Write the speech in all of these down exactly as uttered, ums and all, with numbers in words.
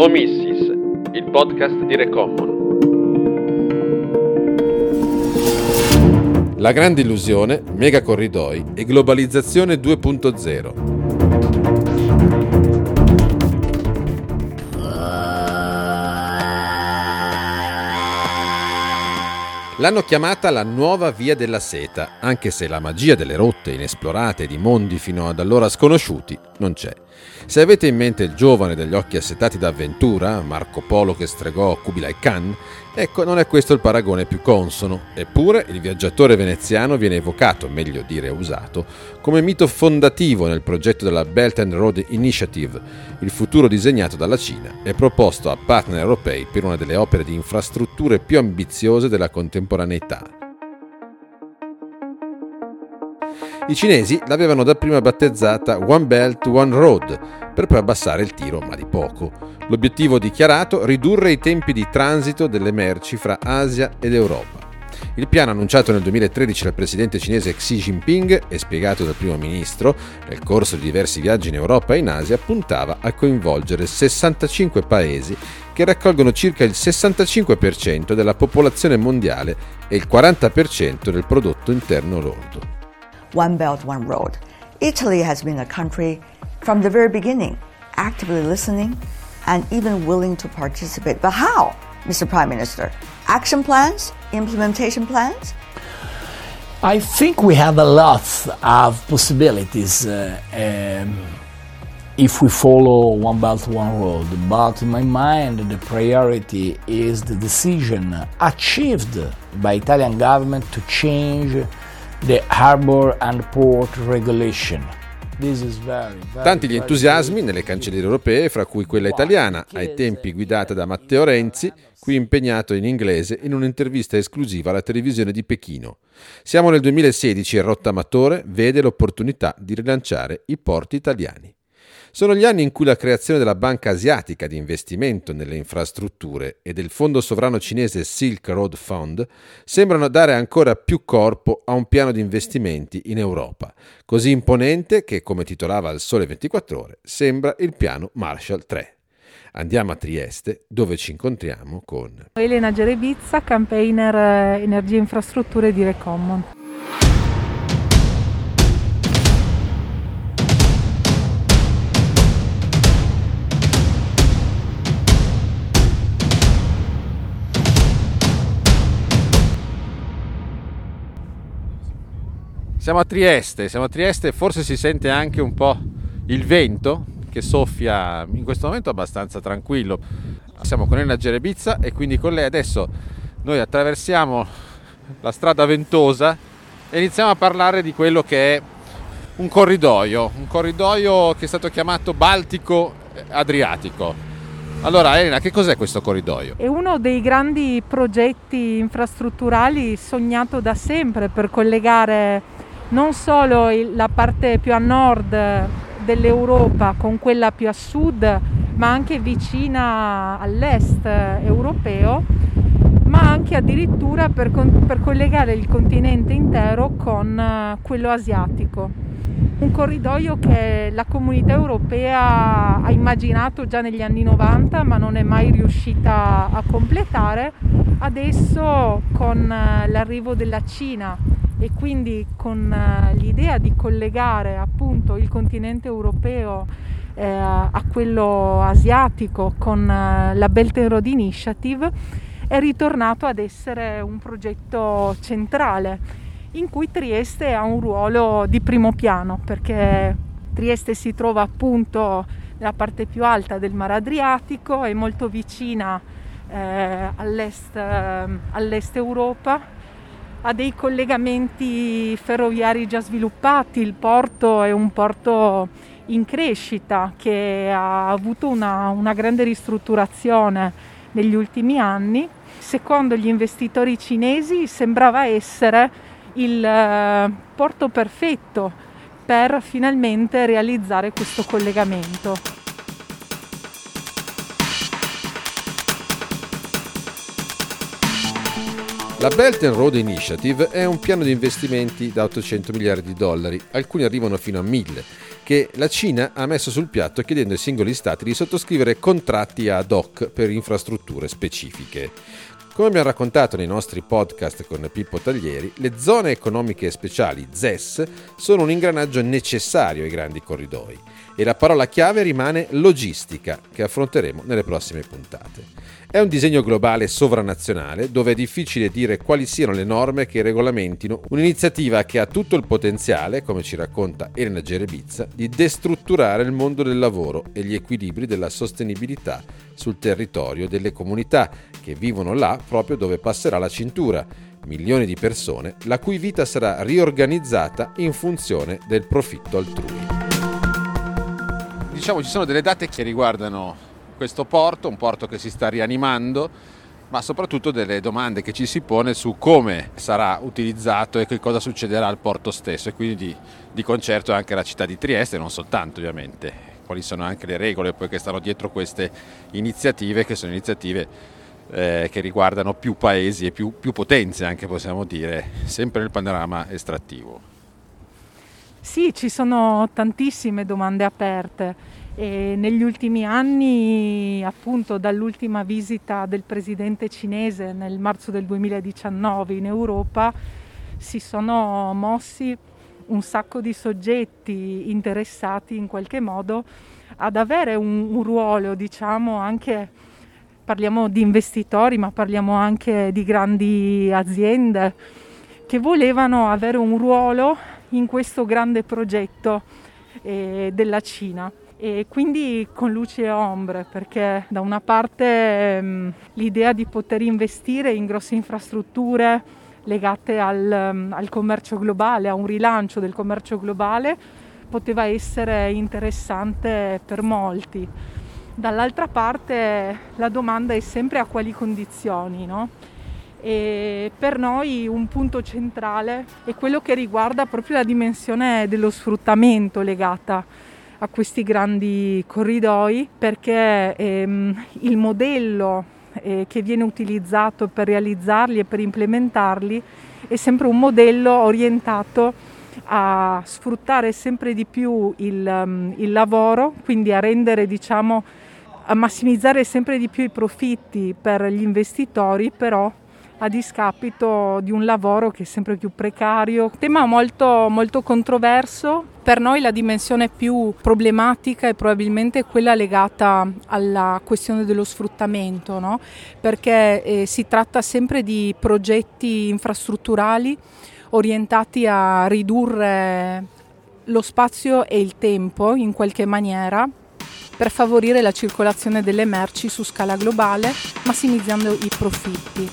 o Missis, il podcast di Recommon. La grande illusione, mega corridoi e globalizzazione due punto zero. L'hanno chiamata la nuova via della seta, anche se la magia delle rotte inesplorate e di mondi fino ad allora sconosciuti non c'è. Se avete in mente il giovane dagli occhi assetati d'avventura, Marco Polo che stregò Kublai Khan, ecco, non è questo il paragone più consono. Eppure il viaggiatore veneziano viene evocato, meglio dire usato, come mito fondativo nel progetto della Belt and Road Initiative, il futuro disegnato dalla Cina e proposto a partner europei per una delle opere di infrastrutture più ambiziose della contemporaneità. I cinesi l'avevano dapprima battezzata One Belt, One Road, per poi abbassare il tiro, ma di poco. L'obiettivo dichiarato: ridurre i tempi di transito delle merci fra Asia ed Europa. Il piano annunciato nel duemilatredici dal presidente cinese Xi Jinping e spiegato dal primo ministro nel corso di diversi viaggi in Europa e in Asia puntava a coinvolgere sessantacinque paesi che raccolgono circa il sessantacinque per cento della popolazione mondiale e il quaranta per cento del prodotto interno lordo. One Belt, One Road. Italy has been a country from the very beginning, actively listening and even willing to participate. But how, Mister Prime Minister? Action plans? Implementation plans? I think we have a lot of possibilities uh, um, if we follow One Belt, One Road. But in my mind, the priority is the decision achieved by Italian government to change the Harbour and Port Regulation. This is very, very, Tanti gli entusiasmi nelle cancelliere europee, fra cui quella italiana, ai tempi guidata da Matteo Renzi, qui impegnato in inglese in un'intervista esclusiva alla televisione di Pechino. Siamo nel duemilasedici e il rottamatore vede l'opportunità di rilanciare i porti italiani. Sono gli anni in cui la creazione della Banca Asiatica di investimento nelle infrastrutture e del fondo sovrano cinese Silk Road Fund sembrano dare ancora più corpo a un piano di investimenti in Europa, così imponente che, come titolava il Sole ventiquattro Ore, sembra il piano Marshall tre. Andiamo a Trieste, dove ci incontriamo con Elena Gerebizza, campaigner Energia e Infrastrutture di Recommon. Siamo a Trieste, siamo a Trieste e forse si sente anche un po' il vento che soffia in questo momento abbastanza tranquillo. Siamo con Elena Gerebizza e quindi con lei adesso noi attraversiamo la strada ventosa e iniziamo a parlare di quello che è un corridoio, un corridoio che è stato chiamato Baltico-Adriatico. Allora Elena, che cos'è questo corridoio? È uno dei grandi progetti infrastrutturali sognato da sempre per collegare non solo la parte più a nord dell'Europa con quella più a sud, ma anche vicina all'est europeo, ma anche addirittura per, con, per collegare il continente intero con quello asiatico. Un corridoio che la comunità europea ha immaginato già negli anni novanta, ma non è mai riuscita a completare. Adesso con l'arrivo della Cina e quindi con l'idea di collegare appunto il continente europeo eh, a quello asiatico con la Belt and Road Initiative, è ritornato ad essere un progetto centrale in cui Trieste ha un ruolo di primo piano, perché Trieste si trova appunto nella parte più alta del Mar Adriatico, è molto vicina eh, all'est, eh, all'est Europa, ha dei collegamenti ferroviari già sviluppati, il porto è un porto in crescita che ha avuto una, una grande ristrutturazione negli ultimi anni. Secondo gli investitori cinesi sembrava essere il eh, porto perfetto per finalmente realizzare questo collegamento. La Belt and Road Initiative è un piano di investimenti da ottocento miliardi di dollari, alcuni arrivano fino a mille, che la Cina ha messo sul piatto chiedendo ai singoli stati di sottoscrivere contratti ad hoc per infrastrutture specifiche. Come abbiamo raccontato nei nostri podcast con Pippo Taglieri, le zone economiche speciali Z E S sono un ingranaggio necessario ai grandi corridoi e la parola chiave rimane logistica, che affronteremo nelle prossime puntate. È un disegno globale sovranazionale dove è difficile dire quali siano le norme che regolamentino un'iniziativa che ha tutto il potenziale, come ci racconta Elena Gerebizza, di destrutturare il mondo del lavoro e gli equilibri della sostenibilità sul territorio delle comunità che vivono là proprio dove passerà la cintura, milioni di persone la cui vita sarà riorganizzata in funzione del profitto altrui. Diciamo, ci sono delle date che riguardano questo porto, un porto che si sta rianimando, ma soprattutto delle domande che ci si pone su come sarà utilizzato e che cosa succederà al porto stesso, e quindi di, di concerto anche la città di Trieste, non soltanto ovviamente, quali sono anche le regole poi che stanno dietro queste iniziative, che sono iniziative eh, che riguardano più paesi e più, più potenze anche, possiamo dire, sempre nel panorama estrattivo. Sì, ci sono tantissime domande aperte. E negli ultimi anni, appunto dall'ultima visita del presidente cinese nel marzo del duemiladiciannove in Europa, si sono mossi un sacco di soggetti interessati in qualche modo ad avere un, un ruolo, diciamo, anche, parliamo di investitori, ma parliamo anche di grandi aziende che volevano avere un ruolo in questo grande progetto eh, della Cina. E quindi con luci e ombre, perché da una parte ehm, l'idea di poter investire in grosse infrastrutture legate al, um, al commercio globale, a un rilancio del commercio globale, poteva essere interessante per molti. Dall'altra parte la domanda è sempre a quali condizioni, no? E per noi un punto centrale è quello che riguarda proprio la dimensione dello sfruttamento legata a questi grandi corridoi, perché ehm, il modello eh, che viene utilizzato per realizzarli e per implementarli è sempre un modello orientato a sfruttare sempre di più il, um, il lavoro, quindi a rendere, diciamo, a massimizzare sempre di più i profitti per gli investitori, però a discapito di un lavoro che è sempre più precario. Tema molto, molto controverso. Per noi la dimensione più problematica è probabilmente quella legata alla questione dello sfruttamento, no? Perché eh, si tratta sempre di progetti infrastrutturali orientati a ridurre lo spazio e il tempo in qualche maniera per favorire la circolazione delle merci su scala globale, massimizzando i profitti.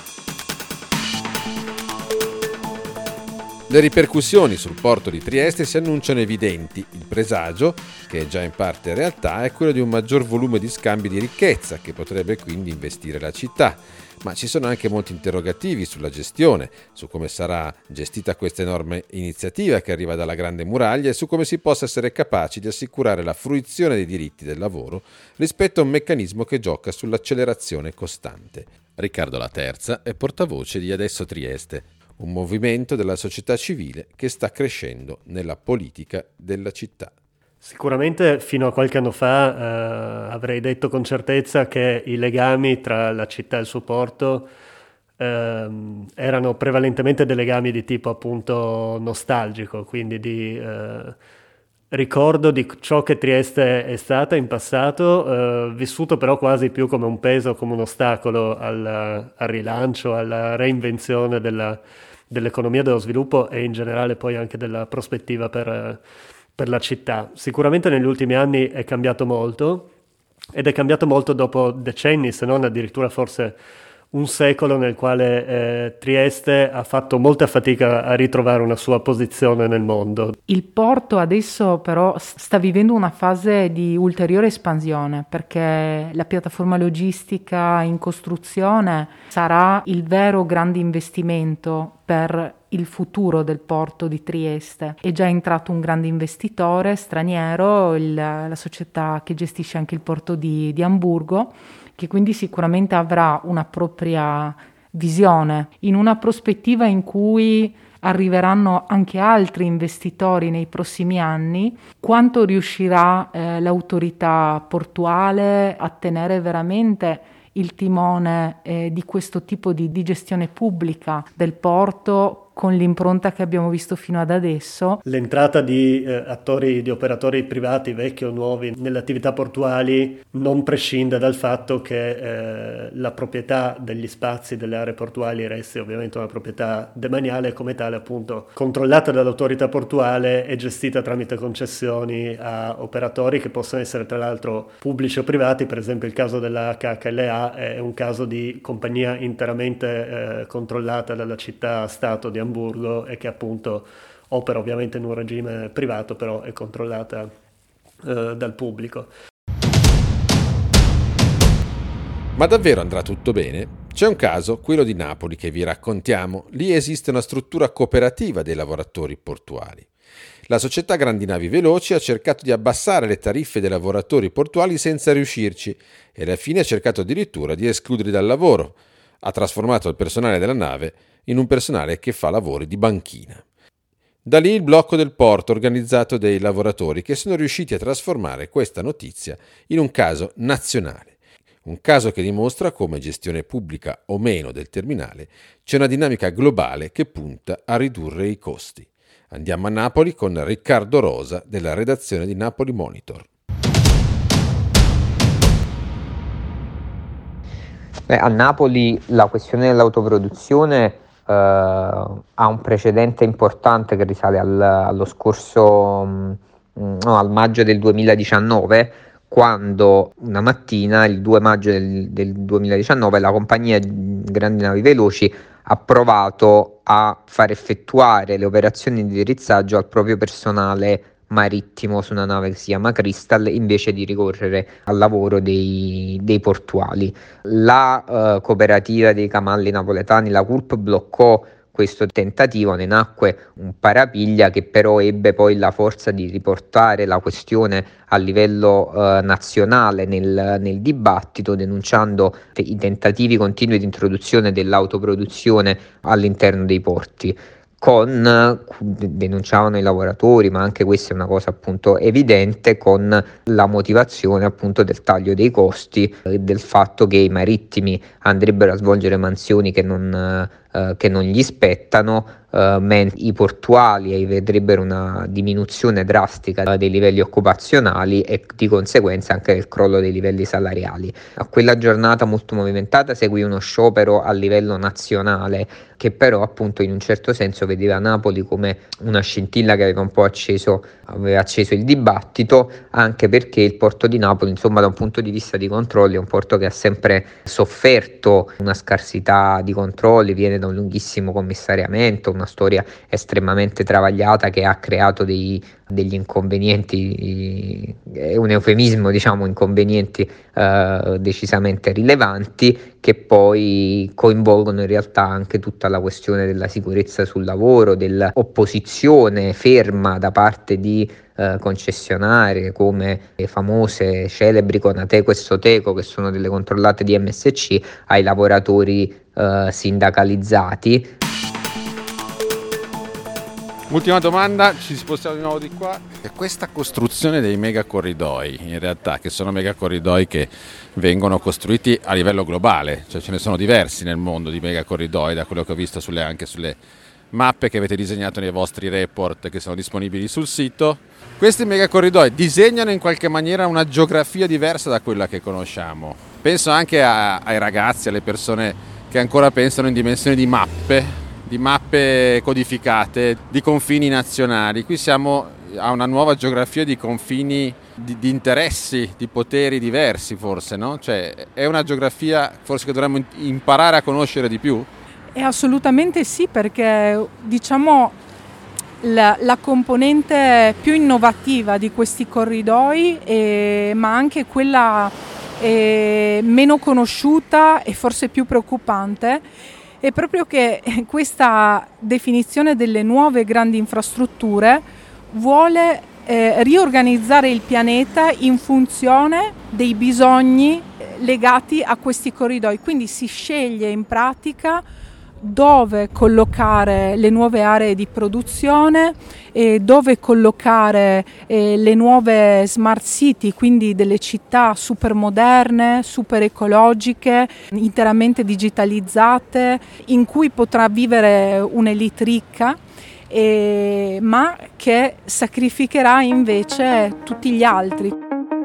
Le ripercussioni sul porto di Trieste si annunciano evidenti. Il presagio, che è già in parte realtà, è quello di un maggior volume di scambi di ricchezza che potrebbe quindi investire la città. Ma ci sono anche molti interrogativi sulla gestione, su come sarà gestita questa enorme iniziativa che arriva dalla Grande Muraglia e su come si possa essere capaci di assicurare la fruizione dei diritti del lavoro rispetto a un meccanismo che gioca sull'accelerazione costante. Riccardo La Terza è portavoce di Adesso Trieste, un movimento della società civile che sta crescendo nella politica della città. Sicuramente fino a qualche anno fa eh, avrei detto con certezza che i legami tra la città e il suo porto eh, erano prevalentemente dei legami di tipo appunto nostalgico, quindi di eh, ricordo di ciò che Trieste è stata in passato, eh, vissuto però quasi più come un peso, come un ostacolo al, al rilancio, alla reinvenzione della, dell'economia dello sviluppo e in generale poi anche della prospettiva per, per la città. Sicuramente negli ultimi anni è cambiato molto ed è cambiato molto dopo decenni, se non addirittura forse un secolo nel quale eh, Trieste ha fatto molta fatica a ritrovare una sua posizione nel mondo. Il porto adesso però sta vivendo una fase di ulteriore espansione, perché la piattaforma logistica in costruzione sarà il vero grande investimento per il futuro del porto di Trieste. È già entrato un grande investitore straniero, il, la società che gestisce anche il porto di, di Amburgo, che quindi sicuramente avrà una propria visione in una prospettiva in cui arriveranno anche altri investitori nei prossimi anni, quanto riuscirà eh, l'autorità portuale a tenere veramente il timone eh, di questo tipo di, di gestione pubblica del porto con l'impronta che abbiamo visto fino ad adesso. L'entrata di eh, attori, di operatori privati, vecchi o nuovi, nelle attività portuali non prescinde dal fatto che eh, la proprietà degli spazi delle aree portuali resti ovviamente una proprietà demaniale e come tale appunto controllata dall'autorità portuale e gestita tramite concessioni a operatori che possono essere tra l'altro pubblici o privati. Per esempio il caso della H H L A è un caso di compagnia interamente eh, controllata dalla città-stato di Amburgo e che appunto opera ovviamente in un regime privato, però è controllata eh, dal pubblico. Ma davvero andrà tutto bene? C'è un caso, quello di Napoli, che vi raccontiamo. Lì esiste una struttura cooperativa dei lavoratori portuali. La società Grandi Navi Veloci ha cercato di abbassare le tariffe dei lavoratori portuali senza riuscirci e alla fine ha cercato addirittura di escluderli dal lavoro. Ha trasformato il personale della nave in un personale che fa lavori di banchina. Da lì il blocco del porto organizzato dei lavoratori che sono riusciti a trasformare questa notizia in un caso nazionale. Un caso che dimostra come gestione pubblica o meno del terminale c'è una dinamica globale che punta a ridurre i costi. Andiamo a Napoli con Riccardo Rosa della redazione di Napoli Monitor. Beh, a Napoli la questione dell'autoproduzione Uh, ha un precedente importante che risale al, allo scorso mh, no, al maggio del duemiladiciannove, quando una mattina, il due maggio del, del duemiladiciannove, la compagnia Grandi Navi Veloci ha provato a far effettuare le operazioni di drizzaggio al proprio personale marittimo su una nave che si chiama Crystal, invece di ricorrere al lavoro dei, dei portuali. La uh, cooperativa dei camalli napoletani, la C U L P, bloccò questo tentativo, ne nacque un parapiglia che però ebbe poi la forza di riportare la questione a livello uh, nazionale nel, nel dibattito, denunciando te- i tentativi continui di introduzione dell'autoproduzione all'interno dei porti. Con, denunciavano i lavoratori, ma anche questa è una cosa appunto evidente, con la motivazione appunto del taglio dei costi e del fatto che i marittimi andrebbero a svolgere mansioni che non, eh, che non gli spettano, eh, mentre i portuali vedrebbero una diminuzione drastica dei livelli occupazionali e di conseguenza anche del crollo dei livelli salariali. A quella giornata molto movimentata seguì uno sciopero a livello nazionale che però appunto in un certo senso vedeva Napoli come una scintilla che aveva un po' acceso, aveva acceso il dibattito, anche perché il porto di Napoli, insomma, da un punto di vista di controlli, è un porto che ha sempre sofferto una scarsità di controlli, viene da un lunghissimo commissariamento, una storia estremamente travagliata che ha creato dei, degli inconvenienti, è un eufemismo, diciamo, inconvenienti eh, decisamente rilevanti, che poi coinvolgono in realtà anche tutta la questione della sicurezza sul lavoro, dell'opposizione ferma da parte di eh, concessionarie come le famose celebri Conateco e Soteco, che sono delle controllate di M S C, ai lavoratori eh, sindacalizzati. Ultima domanda, ci spostiamo di nuovo di qua. Questa costruzione dei megacorridoi, in realtà, che sono megacorridoi che vengono costruiti a livello globale, cioè ce ne sono diversi nel mondo di megacorridoi, da quello che ho visto sulle, anche sulle mappe che avete disegnato nei vostri report che sono disponibili sul sito. Questi megacorridoi disegnano in qualche maniera una geografia diversa da quella che conosciamo. Penso anche a, ai ragazzi, alle persone che ancora pensano in dimensioni di mappe, di mappe codificate, di confini nazionali. Qui siamo a una nuova geografia di confini, di, di interessi, di poteri diversi forse, no? Cioè è una geografia forse che dovremmo imparare a conoscere di più? E assolutamente sì, perché diciamo la, la componente più innovativa di questi corridoi, è, ma anche quella è meno conosciuta e forse più preoccupante, è proprio che questa definizione delle nuove grandi infrastrutture vuole eh, riorganizzare il pianeta in funzione dei bisogni legati a questi corridoi, quindi si sceglie in pratica dove collocare le nuove aree di produzione, e dove collocare eh, le nuove smart city, quindi delle città super moderne, super ecologiche, interamente digitalizzate, in cui potrà vivere un'elite ricca, eh, ma che sacrificherà invece tutti gli altri.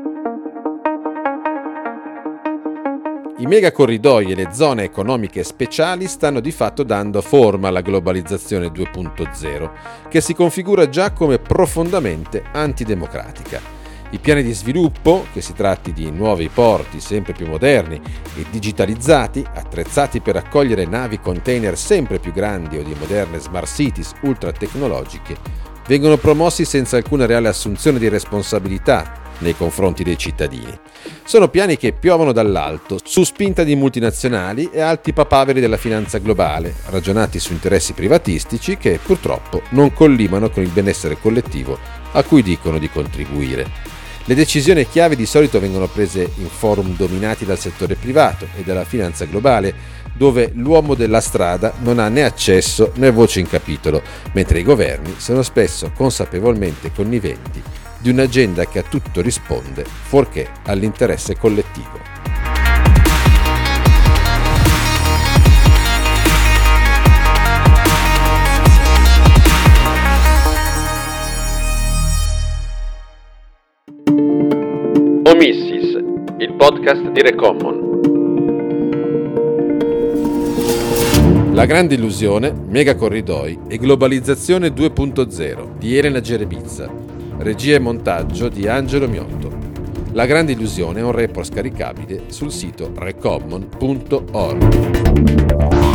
I megacorridoi e le zone economiche speciali stanno di fatto dando forma alla globalizzazione due punto zero, che si configura già come profondamente antidemocratica. I piani di sviluppo, che si tratti di nuovi porti sempre più moderni e digitalizzati, attrezzati per accogliere navi container sempre più grandi o di moderne smart cities ultra tecnologiche, vengono promossi senza alcuna reale assunzione di responsabilità nei confronti dei cittadini. Sono piani che piovono dall'alto, su spinta di multinazionali e alti papaveri della finanza globale, ragionati su interessi privatistici che purtroppo non collimano con il benessere collettivo a cui dicono di contribuire. Le decisioni chiave di solito vengono prese in forum dominati dal settore privato e dalla finanza globale, dove l'uomo della strada non ha né accesso né voce in capitolo, mentre i governi sono spesso consapevolmente conniventi di un'agenda che a tutto risponde, fuorché all'interesse collettivo. Omissis, il podcast di Recommon. La grande illusione, megacorridoi e globalizzazione due punto zero di Elena Gerebizza. Regia e montaggio di Angelo Miotto. La grande illusione è un report scaricabile sul sito recommon punto org.